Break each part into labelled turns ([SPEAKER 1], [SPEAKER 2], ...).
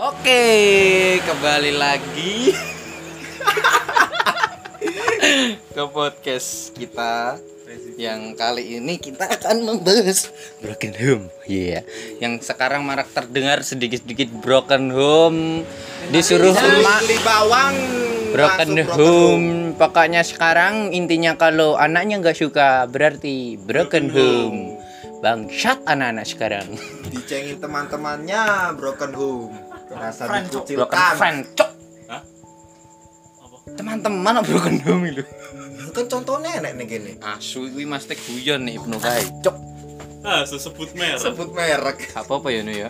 [SPEAKER 1] Oke, kembali lagi ke podcast kita. Yang kali ini kita akan membahas broken home. Iya. Yang sekarang marak terdengar sedikit-sedikit broken home. Disuruh emak
[SPEAKER 2] beli bawang
[SPEAKER 1] broken home. Pokoknya sekarang intinya kalau anaknya nggak suka berarti broken home. Bangsat anak-anak sekarang.
[SPEAKER 2] Dicengin teman-temannya broken home. Rasa
[SPEAKER 1] Broken
[SPEAKER 2] dikucilkan.
[SPEAKER 1] friend, cok. Hah? Teman-teman broken home itu.
[SPEAKER 2] Kan contohnya enak nih gini.
[SPEAKER 1] Asu kuwi Mas Tek guyon nih Ibnu kae. Cok.
[SPEAKER 3] Sebut merek.
[SPEAKER 2] Sebut merek.
[SPEAKER 1] Apa ya nu ya?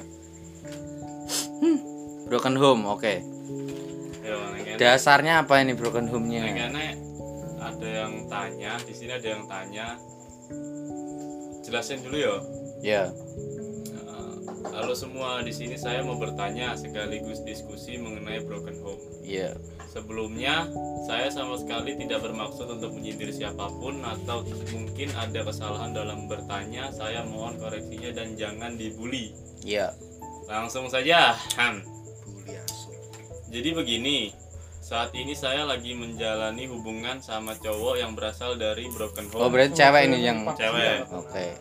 [SPEAKER 1] Broken home, oke. Dasarnya apa ini broken home-nya?
[SPEAKER 3] Karena ada yang tanya, di sini ada yang tanya. Jelasin dulu ya.
[SPEAKER 1] Ya.
[SPEAKER 3] Halo semua, di sini saya mau bertanya sekaligus diskusi mengenai broken home.
[SPEAKER 1] Iya.
[SPEAKER 3] Sebelumnya, saya sama sekali tidak bermaksud untuk menyindir siapapun atau mungkin ada kesalahan dalam bertanya. Saya mohon koreksinya dan jangan dibully.
[SPEAKER 1] Iya.
[SPEAKER 3] Langsung saja.
[SPEAKER 2] Bully asu.
[SPEAKER 3] Jadi begini, saat ini saya lagi menjalani hubungan sama cowok yang berasal dari broken home.
[SPEAKER 1] Oh, berarti cewek ini yang
[SPEAKER 3] Cewek.
[SPEAKER 1] Oke.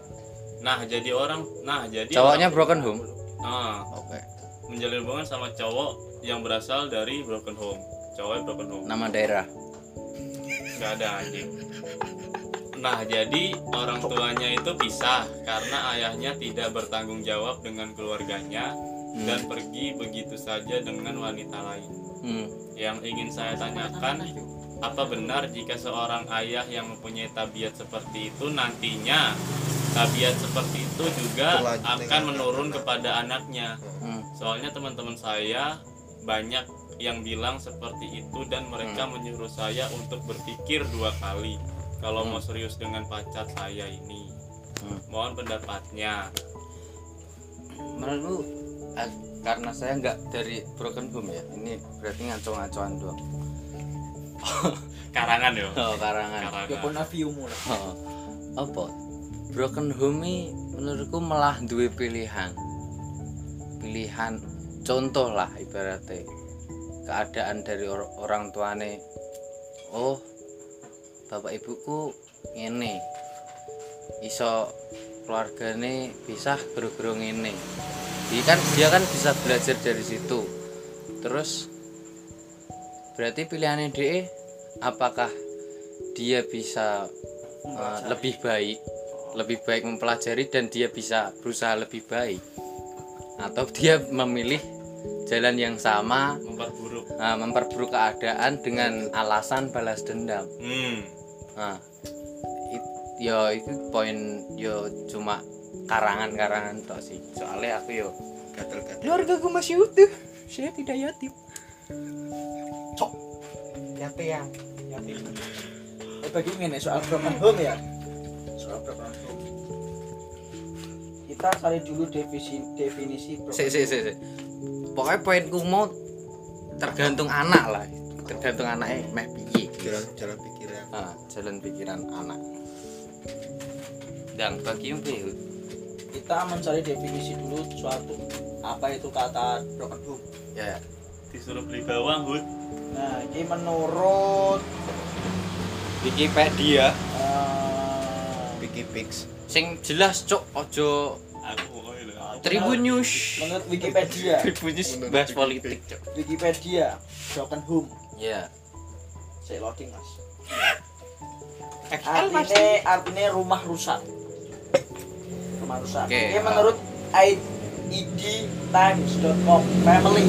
[SPEAKER 3] Jadi
[SPEAKER 1] Cowoknya broken home. Oke.
[SPEAKER 3] Menjalin hubungan sama cowok yang berasal dari broken home. Cowok broken home.
[SPEAKER 1] Nama daerah.
[SPEAKER 3] Nggak ada anjing. Nah, jadi orang tuanya itu pisah karena ayahnya tidak bertanggung jawab dengan keluarganya dan pergi begitu saja dengan wanita lain. Yang ingin saya tanyakan, apa benar jika seorang ayah yang mempunyai tabiat seperti itu nantinya tabiat seperti itu juga akan menurun kepada anaknya? Soalnya teman-teman saya banyak yang bilang seperti itu dan mereka menyuruh saya untuk berpikir 2 kali kalau mau serius dengan pacar saya ini. Mohon pendapatnya.
[SPEAKER 1] Menurutku karena saya nggak dari broken home ya. Ini berarti ngaco-ngacoan doang.
[SPEAKER 3] Karangan ya.
[SPEAKER 1] Oh, karangan.
[SPEAKER 4] Ya pun aviumu lah.
[SPEAKER 1] Apa? Broken home ini menurutku malah duwe pilihan contoh lah ibaratnya keadaan dari orang tuane. Oh, bapak ibuku ngene, iso keluargane pisah gara-gara ngene. Dia kan bisa belajar dari situ. Terus berarti pilihannya dia apakah dia bisa lebih baik mempelajari dan dia bisa berusaha lebih baik, atau dia memilih jalan yang sama memperburuk keadaan dengan alasan balas dendam. Itu poin cuma karangan tok sih, soalnya aku
[SPEAKER 2] Gatel-gatel.
[SPEAKER 1] keluarga aku masih utuh, saya tidak yatim.
[SPEAKER 2] Cok. Yatim.
[SPEAKER 4] Bagi ngene soal broken home ya. Soal broken home. Kita cari dulu definisi broken
[SPEAKER 1] Si. Pokoknya poinku mau tergantung anak lah, tergantung anaknya meh piye.
[SPEAKER 2] Jalan pikiran.
[SPEAKER 1] Jalan pikiran anak. Dan bagi piye?
[SPEAKER 4] Kita mencari definisi dulu suatu apa itu kata broken home.
[SPEAKER 1] Ya.
[SPEAKER 3] Disuruh beli bawang, Hud.
[SPEAKER 4] Nah, ini menurut
[SPEAKER 1] Wikipedia,
[SPEAKER 2] Wikipix.
[SPEAKER 1] sing jelas cok, ojo
[SPEAKER 3] Aku
[SPEAKER 1] Tribun News.
[SPEAKER 4] menurut Wikipedia.
[SPEAKER 1] Tribun News bahas politik cok.
[SPEAKER 4] Wikipedia broken home.
[SPEAKER 1] Ya.
[SPEAKER 4] Saya loading mas.
[SPEAKER 1] XL pasti.
[SPEAKER 4] Artinya rumah rusak. Rumah rusak.
[SPEAKER 1] Oke,
[SPEAKER 4] Ini menurut idtimes.com family.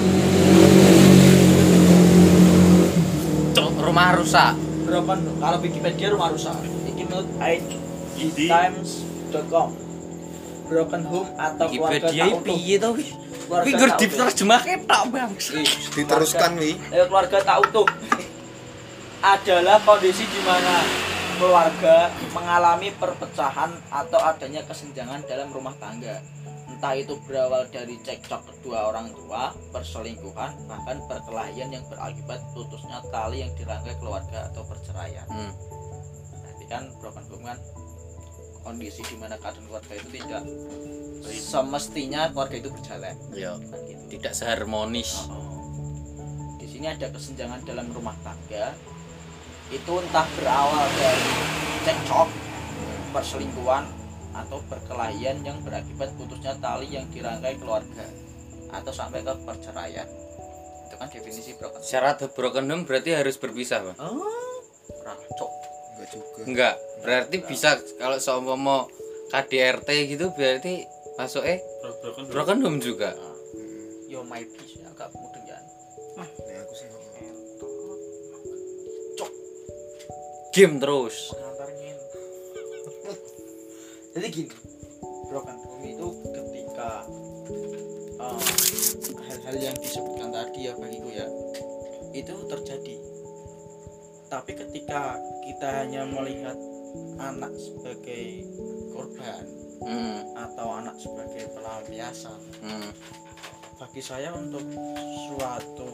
[SPEAKER 1] Cok, rumah rusak.
[SPEAKER 4] Broken home. Kalau Wikipedia rumah rusak. Ini menurut idtimes.com. Broken home atau keluarga
[SPEAKER 1] Wikipedia
[SPEAKER 4] tak utuh.
[SPEAKER 1] piye to wi?
[SPEAKER 4] Keluarga
[SPEAKER 1] Wi gur
[SPEAKER 4] tak utuh.
[SPEAKER 1] diterjemahke tok, Bang.
[SPEAKER 2] Diteruskan wi.
[SPEAKER 4] Keluarga tak utuh adalah kondisi di mana keluarga mengalami perpecahan atau adanya kesenjangan dalam rumah tangga. Entah itu berawal dari cekcok kedua orang tua, perselingkuhan, bahkan perkelahian yang berakibat putusnya tali yang dirangkai keluarga atau perceraian. Nanti kan broken home kan kondisi di mana keadaan keluarga itu tidak semestinya keluarga itu berjalan.
[SPEAKER 1] Ya,
[SPEAKER 4] Kan gitu.
[SPEAKER 1] tidak seharmonis.
[SPEAKER 4] Di sini ada kesenjangan dalam rumah tangga. Itu entah berawal dari cekcok, perselingkuhan, atau perkelahian yang berakibat putusnya tali yang dirangkai keluarga, atau sampai ke perceraian. Itu kan definisi broken.
[SPEAKER 1] Syarat broken home berarti harus berpisah, Pak?
[SPEAKER 4] Racok.
[SPEAKER 2] Enggak juga.
[SPEAKER 1] Enggak, berarti bisa kalau seumpama KDRT gitu berarti masuknya broken home juga.
[SPEAKER 4] Yo my piece agak mudeng ya.
[SPEAKER 2] Nah, aku sih
[SPEAKER 1] Game terus.
[SPEAKER 4] Pengantarnya. Jadi gini, broken home itu ketika hal-hal yang disebutkan tadi ya bagiku ya, itu terjadi. Tapi ketika kita hanya melihat anak sebagai korban atau anak sebagai pelampiasan, bagi saya untuk suatu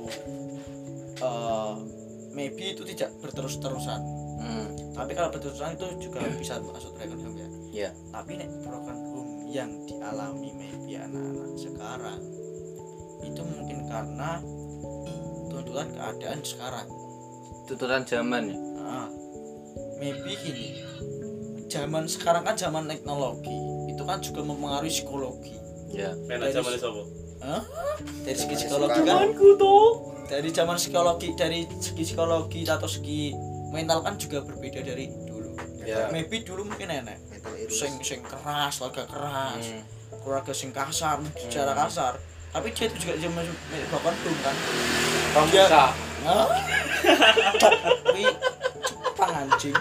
[SPEAKER 4] maybe itu tidak berterus-terusan. Tapi kalau berterusan itu juga bisa masuk broken home ya.
[SPEAKER 1] Ya.
[SPEAKER 4] Tapi nek broken home yang dialami maybe anak-anak sekarang itu mungkin karena tuntutan keadaan sekarang.
[SPEAKER 1] Tuntutan zaman ya.
[SPEAKER 4] Maybe gini, zaman sekarang kan zaman teknologi, itu kan juga mempengaruhi psikologi.
[SPEAKER 1] Ya.
[SPEAKER 3] Enak zaman sopo?
[SPEAKER 4] Dari segi
[SPEAKER 2] Zaman
[SPEAKER 4] psikologi
[SPEAKER 2] sekarang.
[SPEAKER 4] kan, dari zaman psikologi, dari segi psikologi atau segi mental kan juga berbeda dari dulu.
[SPEAKER 1] Ya.
[SPEAKER 4] Maybe dulu mungkin enak
[SPEAKER 2] mental illness.
[SPEAKER 4] sing keras, keluarga keras, keluarga sing kasar, bicara kasar. Tapi dia itu juga zaman bahkan belum kan. Dia tapi Jepang anjing.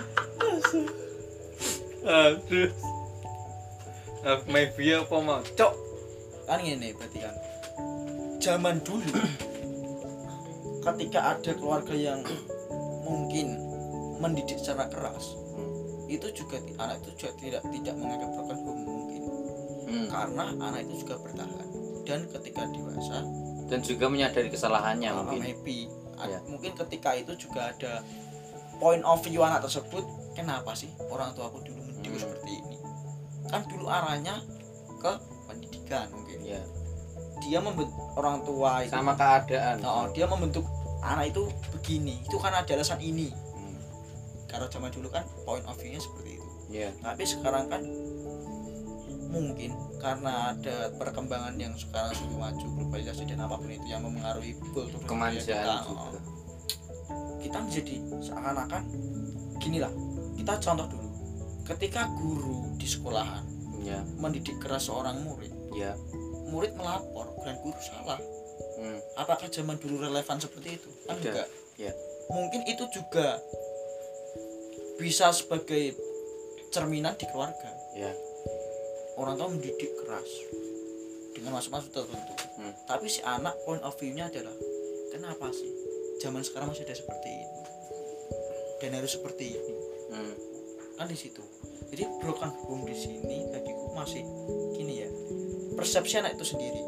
[SPEAKER 1] Aduh. Maybe apa mau? Cok.
[SPEAKER 4] Kan ini berarti kan. Zaman dulu ketika ada keluarga yang mungkin mendidik secara keras, itu juga anak itu juga tidak menganggap broken home mungkin. Karena anak itu juga bertahan dan ketika dewasa
[SPEAKER 1] Dan juga menyadari kesalahannya mungkin.
[SPEAKER 4] maybe
[SPEAKER 1] Ya.
[SPEAKER 4] mungkin ketika itu juga ada point of view anak tersebut, kenapa sih orang tua aku dulu mendidik seperti ini, kan dulu arahnya ke pendidikan mungkin
[SPEAKER 1] Ya.
[SPEAKER 4] dia membentuk orang tua itu
[SPEAKER 1] Sama keadaan.
[SPEAKER 4] dia membentuk anak itu begini, itu kan ada alasan ini. Karena zaman dulu kan point of view-nya seperti itu.
[SPEAKER 1] Ya.
[SPEAKER 4] Tapi sekarang kan mungkin karena ada perkembangan yang sekarang sudah maju, globalisasi dan apapun itu yang mempengaruhi kultur budaya
[SPEAKER 1] Kemanjaan juga.
[SPEAKER 4] kita menjadi seakan-akan gini lah. Kita contoh dulu, ketika guru di sekolahan
[SPEAKER 1] Ya.
[SPEAKER 4] mendidik keras seorang murid,
[SPEAKER 1] Ya.
[SPEAKER 4] murid melapor dan guru salah.
[SPEAKER 1] Hmm.
[SPEAKER 4] Apakah zaman dulu relevan seperti itu? Kan
[SPEAKER 1] Tidak.
[SPEAKER 4] enggak.
[SPEAKER 1] Ya.
[SPEAKER 4] Mungkin itu juga bisa sebagai cerminan di keluarga.
[SPEAKER 1] Ya.
[SPEAKER 4] Orang tua mendidik keras dengan maksud-maksud tertentu. Tapi si anak point of view-nya adalah kenapa sih zaman sekarang masih ada seperti ini dan harus seperti ini. Kan di situ. Jadi broken home di sini bagiku masih gini ya. Persepsi anak itu sendiri.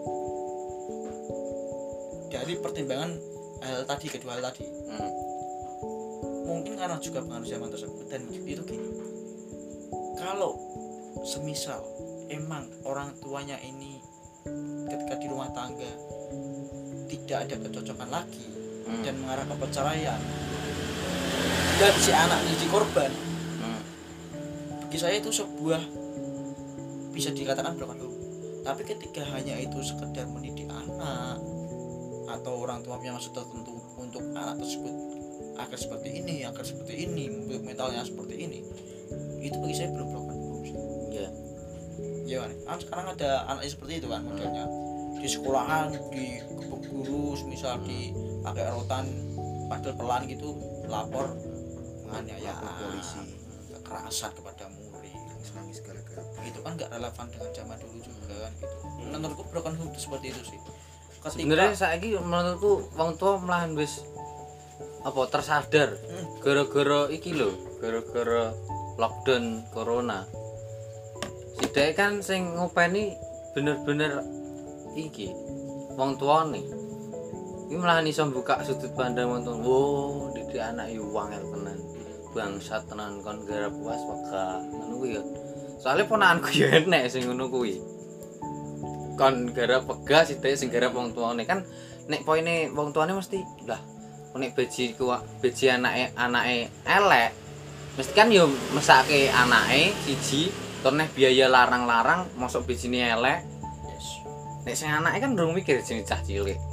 [SPEAKER 4] Dari pertimbangan hal tadi, kedua hal tadi. Mungkin karena juga pengaruh zaman tersebut dan itu gini. Kalau semisal emang orang tuanya ini ketika di rumah tangga tidak ada kecocokan lagi dan mengarah ke perceraian dan si anak menjadi korban, bagi saya itu sebuah bisa dikatakan broken home. Tapi ketika hanya itu sekedar mendidik anak atau orang tua punya maksud tertentu untuk anak tersebut agar seperti ini, mentalnya seperti ini, itu bagi saya belum broken home sih.
[SPEAKER 1] Ya.
[SPEAKER 4] Ya kan sekarang ada anak seperti itu kan modelnya, di sekolahan di guru misal dipakai rotan padahal pelan gitu, lapor penganiayaan,
[SPEAKER 2] polisi,
[SPEAKER 4] kekerasan kepada murid,
[SPEAKER 2] nangis gara-gara
[SPEAKER 4] itu kan nggak relevan dengan zaman dulu juga kan gitu. Menurutku broken home itu seperti itu sih.
[SPEAKER 1] Sebenarnya saiki menurutku wong tua melahan wis apa tersadar gara-gara iki lho, gara-gara lockdown corona. Sidake kan sing ngopeni bener-bener iki wong tuane. Iki melahan iso buka sudut pandang wong tua. Wo, didik anak yo wangel tenan. Bangsat tenan kon garap puas wega. Ngono kuwi ya. Soalnya ponakanku ya enek sing ngono kuwi. Kon garap pegas sithik sing garap wong tuane kan nek poine wong tuane mesti lah nek beji anake elek mesti kan yo mesake anake siji tur nek biaya larang-larang mosok bejine elek.
[SPEAKER 4] Yes.
[SPEAKER 1] Nek sing anake kan durung mikir jenenge cah cilik.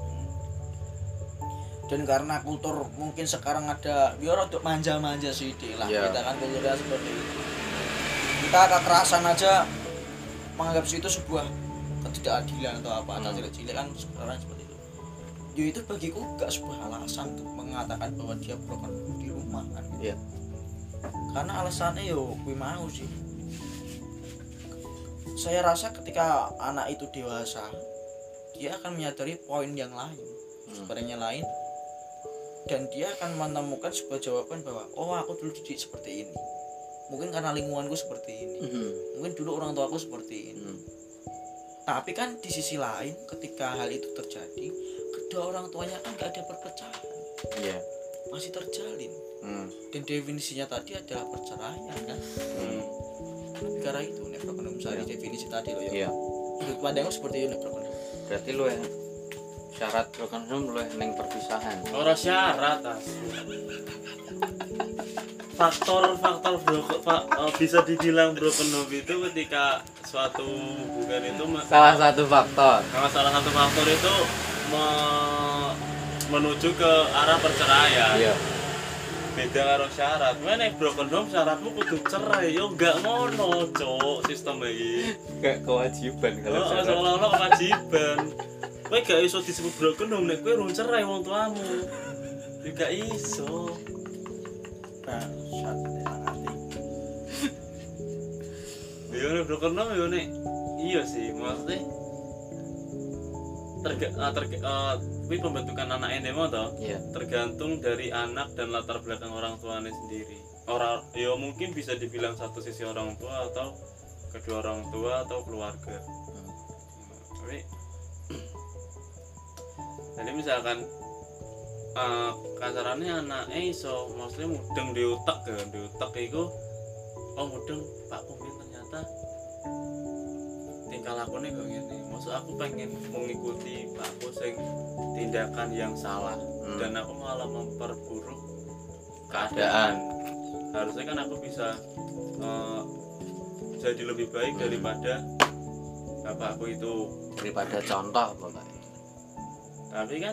[SPEAKER 4] Dan karena kultur mungkin sekarang ada ya rada manja-manja sithik lah.
[SPEAKER 1] Iya.
[SPEAKER 4] Kita kan kulturnya seperti itu. Kita kekerasan aja menganggap itu sebuah ketidakadilan atau apa atau cilik-cilik kan sekarang seperti itu. Ya itu bagiku gak sebuah alasan untuk mengatakan bahwa dia broken home di rumah kan.
[SPEAKER 1] Iya.
[SPEAKER 4] Karena alasannya yo kuwi mau sih. Saya rasa ketika anak itu dewasa, dia akan menyadari poin yang lain, sebenarnya lain, dan dia akan menemukan sebuah jawaban bahwa oh aku dulu dididik seperti ini, mungkin karena lingkunganku seperti ini, mungkin dulu orang tuaku seperti ini. Tapi kan di sisi lain ketika hal itu terjadi, kedua orang tuanya kan gak ada perpecahan,
[SPEAKER 1] Iya.
[SPEAKER 4] masih terjalin. Dan definisinya tadi adalah perceraian kan. Lebih karena itu nek broken home sari definisi tadi loh ya.
[SPEAKER 1] Iya.
[SPEAKER 4] Menurut pandangku seperti itu nek broken home.
[SPEAKER 1] Berarti lu ya syarat broken home lu ning perpisahan.
[SPEAKER 3] Ora syarat faktor bisa dibilang broken home itu ketika suatu hubungan itu
[SPEAKER 1] Salah satu faktor.
[SPEAKER 3] salah satu faktor itu menuju ke arah perceraian.
[SPEAKER 1] Iya.
[SPEAKER 3] Beda karo syarat. Mana broken home syaratmu kudu cerai. Yo enggak ngono, Cuk, sistem iki.
[SPEAKER 1] Kayak kewajiban kalau
[SPEAKER 3] Oh,
[SPEAKER 1] syarat.
[SPEAKER 3] seolah-olah kewajiban. Kowe gak iso disebut broken home nek kowe urung cerai wong tuamu. Ya gak iso.
[SPEAKER 4] Bangsat emang arti.
[SPEAKER 3] Yo nek broken home yo nek iya sih, maksudnya kuwi pembentukan anak demo toh.
[SPEAKER 1] Iya.
[SPEAKER 3] Tergantung dari anak dan latar belakang orang tuanya sendiri. Orang ya mungkin bisa dibilang satu sisi orang tua atau kedua orang tua atau keluarga. Tapi jadi misalkan kasarannya anaknya iso maksudnya mudeng di otak itu oh mudeng Pak Pemimpin ternyata tingkah lakunya kok gini. Maksud aku pengen mengikuti Pak sing tindakan yang salah dan aku malah memperburuk keadaan. Harusnya kan aku bisa jadi lebih baik daripada bapakku itu.
[SPEAKER 1] Daripada contoh pokoknya.
[SPEAKER 3] Tapi kan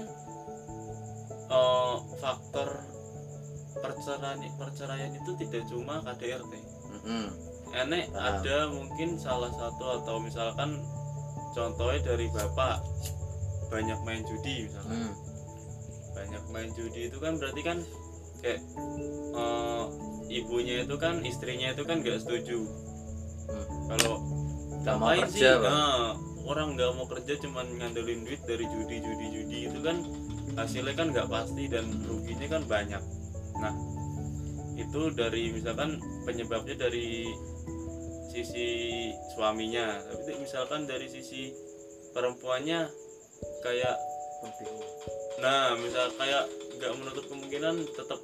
[SPEAKER 3] faktor perceraian itu tidak cuma KDRT. Enek ada mungkin salah satu atau misalkan contohnya dari bapak banyak main judi misalkan. Banyak main judi itu kan berarti kan kayak ibunya itu kan istrinya itu kan gak setuju. Kalau
[SPEAKER 1] Gak mau
[SPEAKER 3] ngapain
[SPEAKER 1] kerja,
[SPEAKER 3] sih
[SPEAKER 1] Bang.
[SPEAKER 3] orang nggak mau kerja cuman ngandelin duit dari judi itu kan hasilnya kan nggak pasti dan ruginya kan banyak. Nah itu dari misalkan penyebabnya dari sisi suaminya, tapi misalkan dari sisi perempuannya kayak misal kayak nggak menutup kemungkinan tetap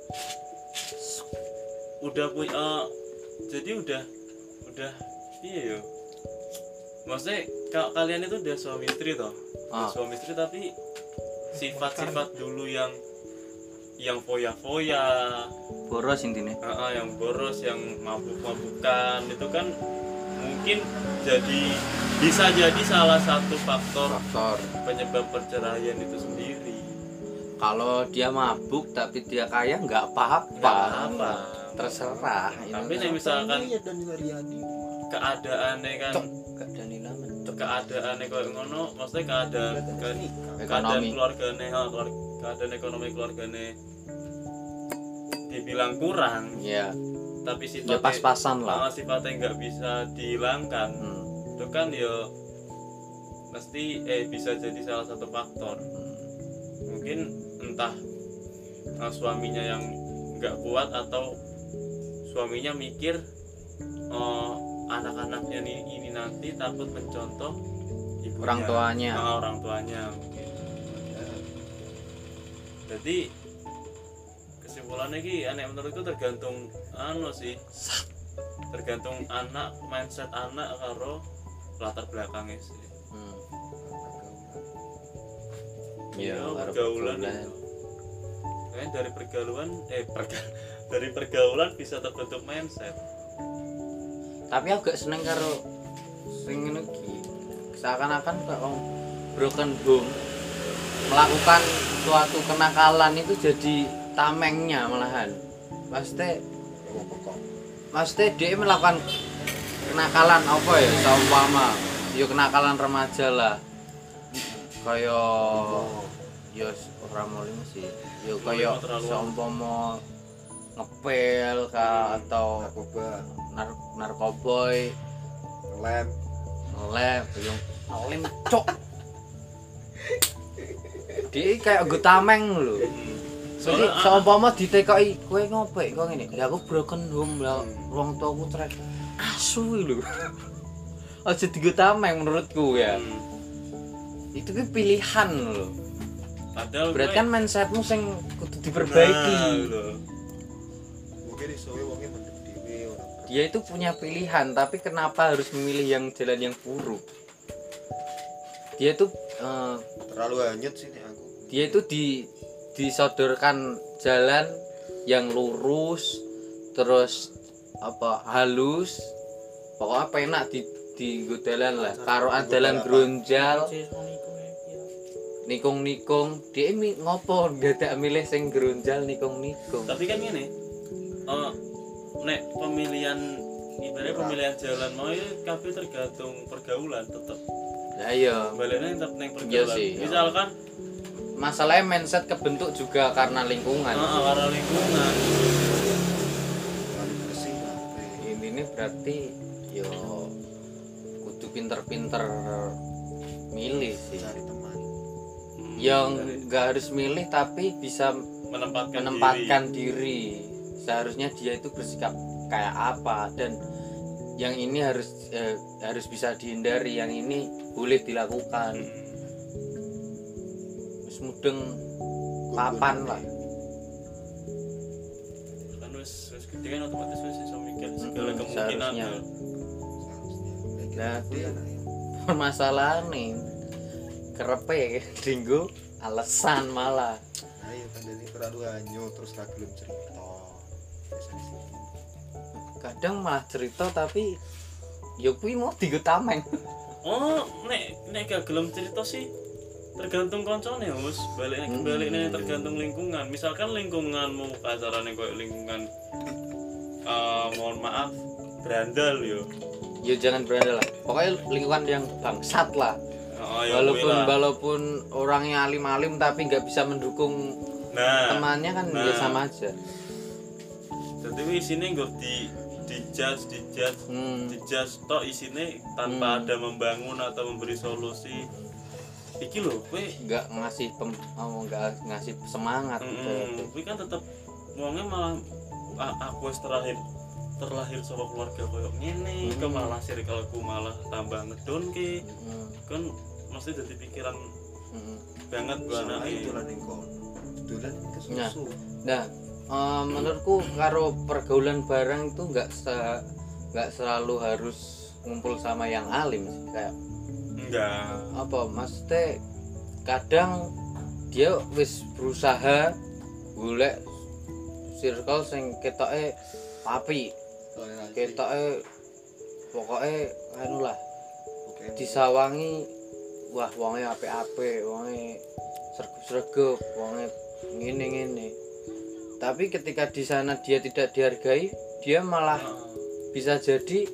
[SPEAKER 3] udah punya jadi udah iya yo maksudnya kalian itu udah suami istri toh suami istri tapi sifat-sifat dulu yang foya-foya
[SPEAKER 1] Boros intinya.
[SPEAKER 3] yang boros yang mabuk-mabukan itu kan mungkin bisa jadi salah satu faktor penyebab perceraian itu sendiri.
[SPEAKER 1] Kalau dia mabuk tapi dia kaya nggak apa-apa. Terserah.
[SPEAKER 3] Tapi nih misalkan
[SPEAKER 2] Iya dan Riyadi.
[SPEAKER 3] keadaannya kan
[SPEAKER 1] Gak Danila men.
[SPEAKER 3] keadaannya kayak ngono, maksudnya keadaan
[SPEAKER 1] Ekonomi.
[SPEAKER 3] keadaan ekonomi keluarganya dibilang kurang,
[SPEAKER 1] Iya.
[SPEAKER 3] tapi
[SPEAKER 1] Ya
[SPEAKER 3] sifatnya
[SPEAKER 1] pas-pasan lah.
[SPEAKER 3] sifatnya nggak bisa dihilangkan. Itu kan ya mesti bisa jadi salah satu faktor. Mungkin entah suaminya yang nggak kuat atau suaminya mikir anak-anaknya ini nanti takut mencontoh ibunya, orang tuanya mungkin. Jadi kesimpulannya ki aneh menurutku tergantung sih tergantung anak, mindset anak karo latar belakangnya sih.
[SPEAKER 1] Iya, karo
[SPEAKER 3] pergaulan
[SPEAKER 1] pergaulan.
[SPEAKER 3] itu. Kayaknya dari pergaulan bisa terbentuk mindset.
[SPEAKER 1] Tapi aku gak seneng karo sing ngene iki. Seakan-akan kok wong broken home melakukan suatu kenakalan itu jadi tamengnya malahan. Pasti dia melakukan kenakalan apa ya, seumpama yo kenakalan remaja lah. Kaya yo ora mulih sih. Yo kaya seumpama ngepel atau narkoboy
[SPEAKER 2] lem
[SPEAKER 1] yo lem cok. Dia kayak gue tameng lho. Soalnya seumpama ditekoki kowe ngopek kok ngene. Ya aku broken home lah, wong tuaku trek asu lho. Aja digo tameng menurutku ya. Itu ki pilihan lho.
[SPEAKER 3] Padahal
[SPEAKER 1] Berarti kan mindsetmu sing kudu diperbaiki.
[SPEAKER 2] mungkin iso wonge mendem dhewe ora
[SPEAKER 1] Dia itu punya pilihan, tapi kenapa harus memilih yang jalan yang buruk? Dia tuh
[SPEAKER 2] terlalu hanyut sih nek aku.
[SPEAKER 1] dia itu disodorkan jalan yang lurus, terus apa halus, pokoknya penak di dalan lah. Karo dalan gronjal, nikung dia ngopo gak milih sing gronjal nikung.
[SPEAKER 3] tapi kan gini, nek pemilihan ibaratnya pemilihan jalan mau ini kabeh tergantung pergaulan tetep.
[SPEAKER 1] Ya iya.
[SPEAKER 3] Baliknya tetep neng
[SPEAKER 1] Iya
[SPEAKER 3] pergaulan.
[SPEAKER 1] sih, iya.
[SPEAKER 3] Misalkan
[SPEAKER 1] Masalahnya mindset kebentuk juga karena lingkungan.
[SPEAKER 3] karena lingkungan.
[SPEAKER 2] Paling bersih kabeh.
[SPEAKER 1] Ini berarti yo kudu pinter-pinter milih sih.
[SPEAKER 2] Cari teman.
[SPEAKER 1] Yang nggak harus milih tapi bisa menempatkan diri. Seharusnya dia itu bersikap kayak apa, dan yang ini harus bisa dihindari, yang ini boleh dilakukan. Terus mudeng papan lah.
[SPEAKER 3] Kan wis gede kan otomatis wis iso mikir segala kemungkinan.
[SPEAKER 1] Seharusnya.
[SPEAKER 3] Ya.
[SPEAKER 1] Nah,
[SPEAKER 2] Kuwi anake.
[SPEAKER 1] permasalahan nih kerepe dinggo alasan malah.
[SPEAKER 2] Ayo kandani terlalu hanyut terus ra gelem cerita. Biasa di situ.
[SPEAKER 1] Kadang malah cerita tapi ya kuwi mau digo tameng.
[SPEAKER 3] Oh, nek gak gelem cerita sih tergantung koncone Us. Baliknya tergantung lingkungan. Misalkan lingkunganmu kasarane koyo lingkungan mohon maaf berandal yo.
[SPEAKER 1] Ya jangan berandal lah. Pokoknya lingkungan yang bangsat lah.
[SPEAKER 3] Oh, ya
[SPEAKER 1] Walaupun orangnya alim-alim tapi nggak bisa mendukung temannya kan ya sama aja.
[SPEAKER 3] Jadi isine nggo dijudge tok isine tanpa ada membangun atau memberi solusi. Iki lho, kowe
[SPEAKER 1] Nggak nggak ngasih semangat gitu.
[SPEAKER 3] kowe kan tetep wonge malah aku wis terlahir saka keluarga koyo ngene, kok malah circleku malah tambah ngedonke. Kan mesti dadi pikiran banget gua
[SPEAKER 2] Soalnya
[SPEAKER 3] anake.
[SPEAKER 2] dolan ning kono. Dolan ke
[SPEAKER 1] Nah.
[SPEAKER 2] susu.
[SPEAKER 1] Nah, menurutku karo pergaulan bareng itu nggak selalu harus ngumpul sama yang alim sih, kayak
[SPEAKER 3] Enggak.
[SPEAKER 1] apa maksudnya kadang dia wis berusaha golek circle sing ketoke api, ketoke pokoknya anu lah disawangi, wah wonge apik-apik, wonge sregep-sregep, wonge ngene-ngene. Tapi ketika di sana dia tidak dihargai, dia malah bisa jadi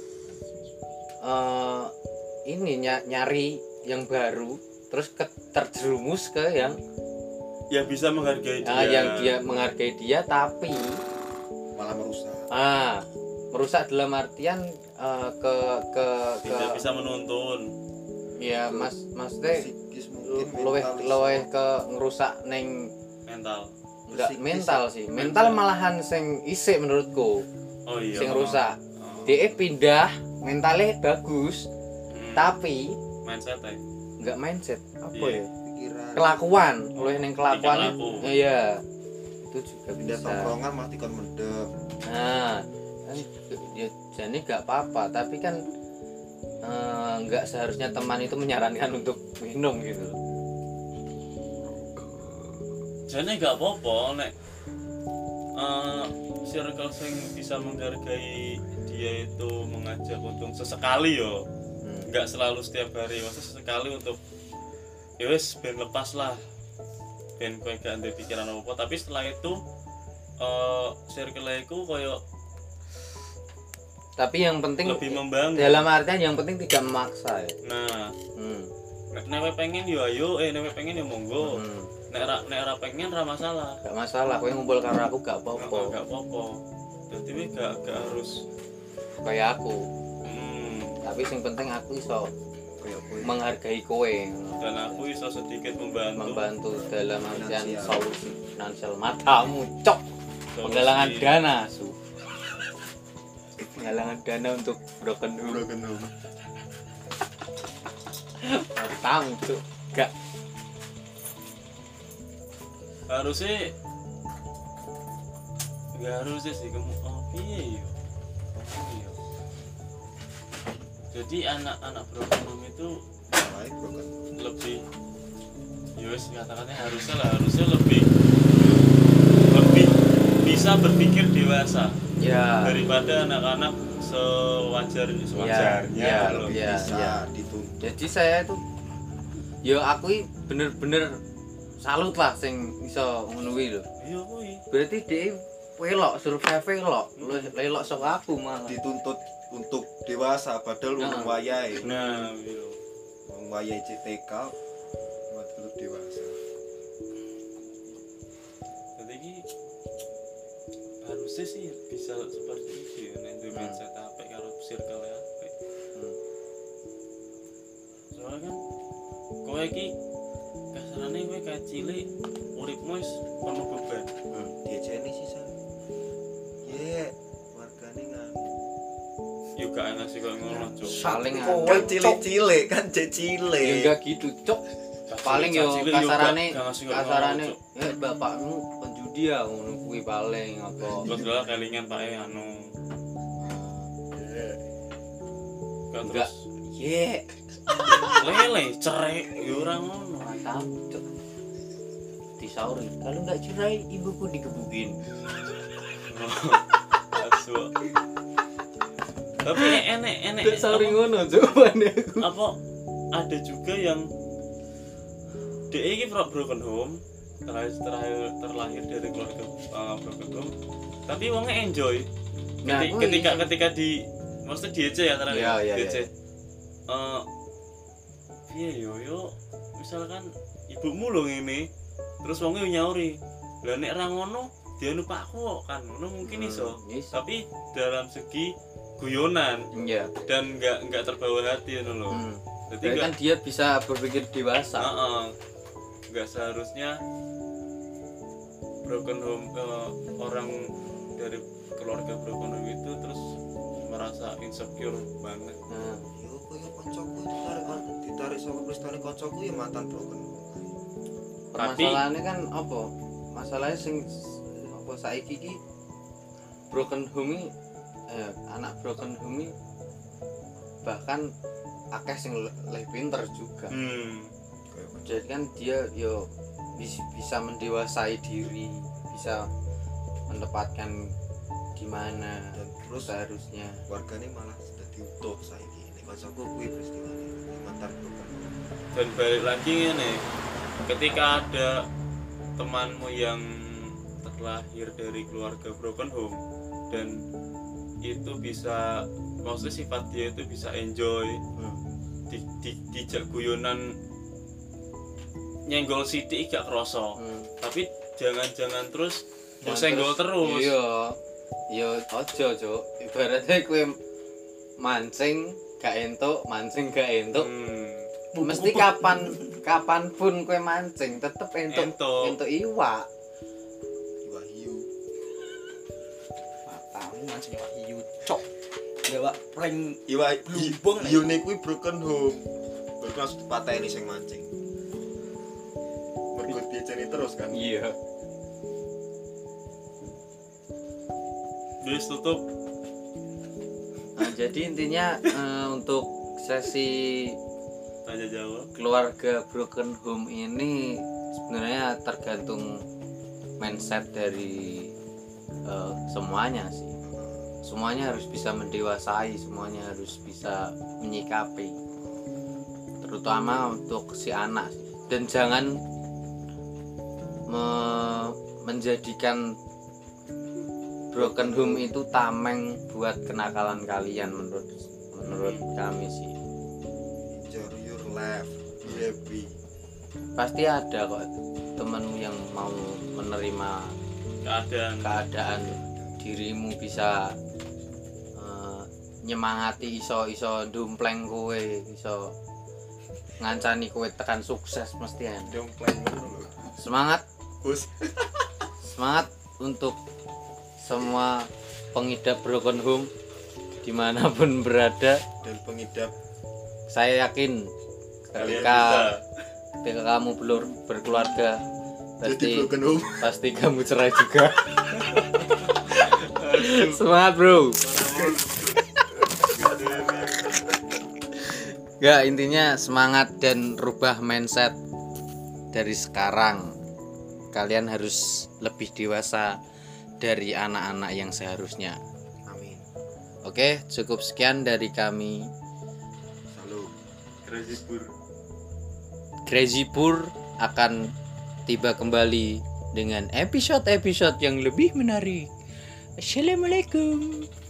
[SPEAKER 1] ini nyari yang baru, terus terjerumus ke yang
[SPEAKER 3] bisa menghargai dia.
[SPEAKER 1] yang dia menghargai dia tapi
[SPEAKER 2] malah merusak.
[SPEAKER 1] merusak dalam artian
[SPEAKER 3] tidak bisa menuntun.
[SPEAKER 1] Ya maksudnya
[SPEAKER 2] Psikis mungkin
[SPEAKER 1] luweh ke ngerusak neng
[SPEAKER 3] Mental.
[SPEAKER 1] enggak
[SPEAKER 2] Psikis
[SPEAKER 1] mental sih. Mental malahan sing isik menurutku.
[SPEAKER 3] Oh iya.
[SPEAKER 1] Sing rusak.
[SPEAKER 3] Oh.
[SPEAKER 1] Dia pindah mentalnya bagus tapi
[SPEAKER 3] Mindset ya.
[SPEAKER 1] enggak mindset apa
[SPEAKER 3] Iya.
[SPEAKER 1] ya?
[SPEAKER 2] pikiran.
[SPEAKER 1] Kelakuan, luweh neng kelakuan.
[SPEAKER 3] Tingkah laku.
[SPEAKER 1] Iya. Itu juga
[SPEAKER 2] Pindah
[SPEAKER 1] bisa.
[SPEAKER 2] tongkrongan mah dikon mendem.
[SPEAKER 1] Nah, kan dia jadi nggak apa-apa, tapi kan nggak seharusnya teman itu menyarankan untuk minum gitu.
[SPEAKER 3] Jadi gak apa-apa nek circle sing bisa menghargai dia itu mengajak untuk sesekali yo. Nggak selalu setiap hari, maksudnya sesekali untuk ya wis ben lepas lah. Ben kowe gak ndek pikiran apa, tapi setelah itu circle iku koyo
[SPEAKER 1] Tapi yang penting
[SPEAKER 3] lebih membangun.
[SPEAKER 1] dalam artian yang penting tidak memaksa ya.
[SPEAKER 3] Nah, nek kowe pengen yo ayo, nek kowe pengen yo monggo. Nek ora pengen ora masalah.
[SPEAKER 1] Gak masalah, kowe ngumpul karo aku gak apa-apa.
[SPEAKER 3] Gak apa-apa. Dadi kowe gak harus
[SPEAKER 1] Kayak aku.
[SPEAKER 3] tapi
[SPEAKER 1] Tapi yang penting aku iso menghargai kowe
[SPEAKER 3] dan aku iso sedikit
[SPEAKER 1] membantu dalam artian
[SPEAKER 2] Finansial.
[SPEAKER 1] solusi finansial. Matamu cok. Penggalangan dana, Su. Penggalangan dana untuk broken home. Matamu cok. Gak
[SPEAKER 3] harusnya nggak harusnya sih kamu piye yo. Jadi anak-anak broken home itu
[SPEAKER 2] Baik broken.
[SPEAKER 3] lebih yowes katakannya harusnya lebih bisa berpikir dewasa
[SPEAKER 1] ya.
[SPEAKER 3] daripada anak-anak sewajarnya
[SPEAKER 1] Ya,
[SPEAKER 3] loh.
[SPEAKER 1] ya.
[SPEAKER 2] Bisa dituntut.
[SPEAKER 1] Jadi saya itu yo aku bener-bener salut lah sing iso ngono kuwi lho.
[SPEAKER 3] Iya kuwi.
[SPEAKER 1] Berarti dia welok survive welok, lelok sok aku malah.
[SPEAKER 2] Dituntut untuk dewasa padahal
[SPEAKER 1] Nah.
[SPEAKER 2] urung wayahe.
[SPEAKER 3] Nah, iya.
[SPEAKER 2] Wong wayahe CTK untuk dewasa.
[SPEAKER 3] Jadi ini harusnya sih bisa seperti itu ya, nek duwe mindset apik karo circle apik. Soalnya kan kowe iki kasarane kowe kayak cilik uripmu wis penuh beban.
[SPEAKER 2] Diajeni sisa. Ye, wargane nganu.
[SPEAKER 3] Yo gak ngasih kok ngono, Cuk.
[SPEAKER 1] Paling
[SPEAKER 2] Kan cilik-cilik kan
[SPEAKER 1] ya
[SPEAKER 2] cilik.
[SPEAKER 1] enggak gitu, Cok. Paling yo
[SPEAKER 3] Cilik yo
[SPEAKER 1] kasarane
[SPEAKER 3] gak ngasih kok ngono, Cuk.
[SPEAKER 1] bapakmu penjudi ya ngono kuwi paling apa.
[SPEAKER 3] Terus lah kelingan Pak anu. Gak
[SPEAKER 1] Enggak.
[SPEAKER 3] terus
[SPEAKER 1] Ye,
[SPEAKER 3] lele cerai yo ora ngono.
[SPEAKER 1] matamu, Cok. Disauri, kalau enggak cerai ibuku digebukin.
[SPEAKER 3] Asu. Tapi enek
[SPEAKER 1] Disauri ngono, Cok. Pane aku.
[SPEAKER 3] apa ada juga yang dia ini broken home terlahir dari keluarga broken home tapi wongnya enjoy
[SPEAKER 1] Nah,
[SPEAKER 3] ketika di maksudnya di EC ya terakhir
[SPEAKER 1] Iya,
[SPEAKER 3] di
[SPEAKER 1] iya.
[SPEAKER 3] EC iya yo misalkan ibumu loh ini terus wongnya nyauri lah nek ra ngono dia lupa aku kok kan ngono mungkin iso tapi dalam segi guyonan
[SPEAKER 1] Iya.
[SPEAKER 3] dan nggak terbawa hati ya loh. Jadi
[SPEAKER 1] Berarti kan dia bisa berpikir dewasa.
[SPEAKER 3] nggak seharusnya broken home orang dari keluarga broken home itu terus merasa insecure banget.
[SPEAKER 2] Yo koyo kancaku ditarik sama prestasi kancaku ya mantan broken.
[SPEAKER 1] Permasalahannya kan apa? Masalahnya sing apa saiki iki broken home iki, anak broken home iki bahkan akeh sing lebih pinter juga. Jadi kan dia yo bisa mendewasai diri, bisa menempatkan di mana
[SPEAKER 2] Dan terus
[SPEAKER 1] seharusnya.
[SPEAKER 2] wargane malah dadi utuh saiki. Nek kancaku kuwi peristiwane mantan broken.
[SPEAKER 3] Dan balik lagi nih, ketika ada temanmu yang terlahir dari keluarga broken home dan itu bisa maksudnya sifat dia itu bisa enjoy dijak guyonan nyenggol sidik gak kroso tapi jangan terus senggol terus
[SPEAKER 1] iya ojo Cuk, ibaratnya kue mancing gak entuk mesti kapanpun kue mancing tetep entuk iwak.
[SPEAKER 2] Wahyu.
[SPEAKER 4] Matamu mancing wahyu cok. Dewa prank
[SPEAKER 2] Iwa
[SPEAKER 4] Lubung,
[SPEAKER 2] hiu kuwi broken home. Berarti langsung dipateni sing mancing. Mergo diajeni terus kan.
[SPEAKER 1] Iya.
[SPEAKER 3] Wis tutup
[SPEAKER 1] Nah, jadi intinya untuk sesi
[SPEAKER 3] Tanya jawab.
[SPEAKER 1] keluarga broken home ini sebenarnya tergantung mindset dari semuanya sih. Semuanya harus bisa mendewasai, semuanya harus bisa menyikapi, terutama untuk si anak sih. Dan jangan menjadikan broken home itu tameng buat kenakalan kalian menurut kami sih.
[SPEAKER 2] Enjoy your life, baby.
[SPEAKER 1] Pasti ada kok temenmu yang mau menerima keadaan dirimu bisa nyemangati, iso dumpleng kowe, iso ngancani kowe tekan sukses mesti ada.
[SPEAKER 2] Dompleng dulu.
[SPEAKER 1] Semangat,
[SPEAKER 2] Bos.
[SPEAKER 1] semangat untuk semua pengidap broken home dimanapun berada.
[SPEAKER 2] Dan pengidap
[SPEAKER 1] Saya yakin
[SPEAKER 3] Kalian
[SPEAKER 1] ketika
[SPEAKER 3] bisa.
[SPEAKER 1] kamu belum berkeluarga
[SPEAKER 2] jadi broken home.
[SPEAKER 1] pasti kamu cerai juga. Semangat bro. Gak, intinya semangat dan rubah mindset dari sekarang. Kalian harus lebih dewasa dari anak-anak yang seharusnya.
[SPEAKER 2] Amin.
[SPEAKER 1] Oke, cukup sekian dari kami.
[SPEAKER 2] Salut.
[SPEAKER 1] Crazy Pur akan tiba kembali dengan episode-episode yang lebih menarik. Assalamualaikum.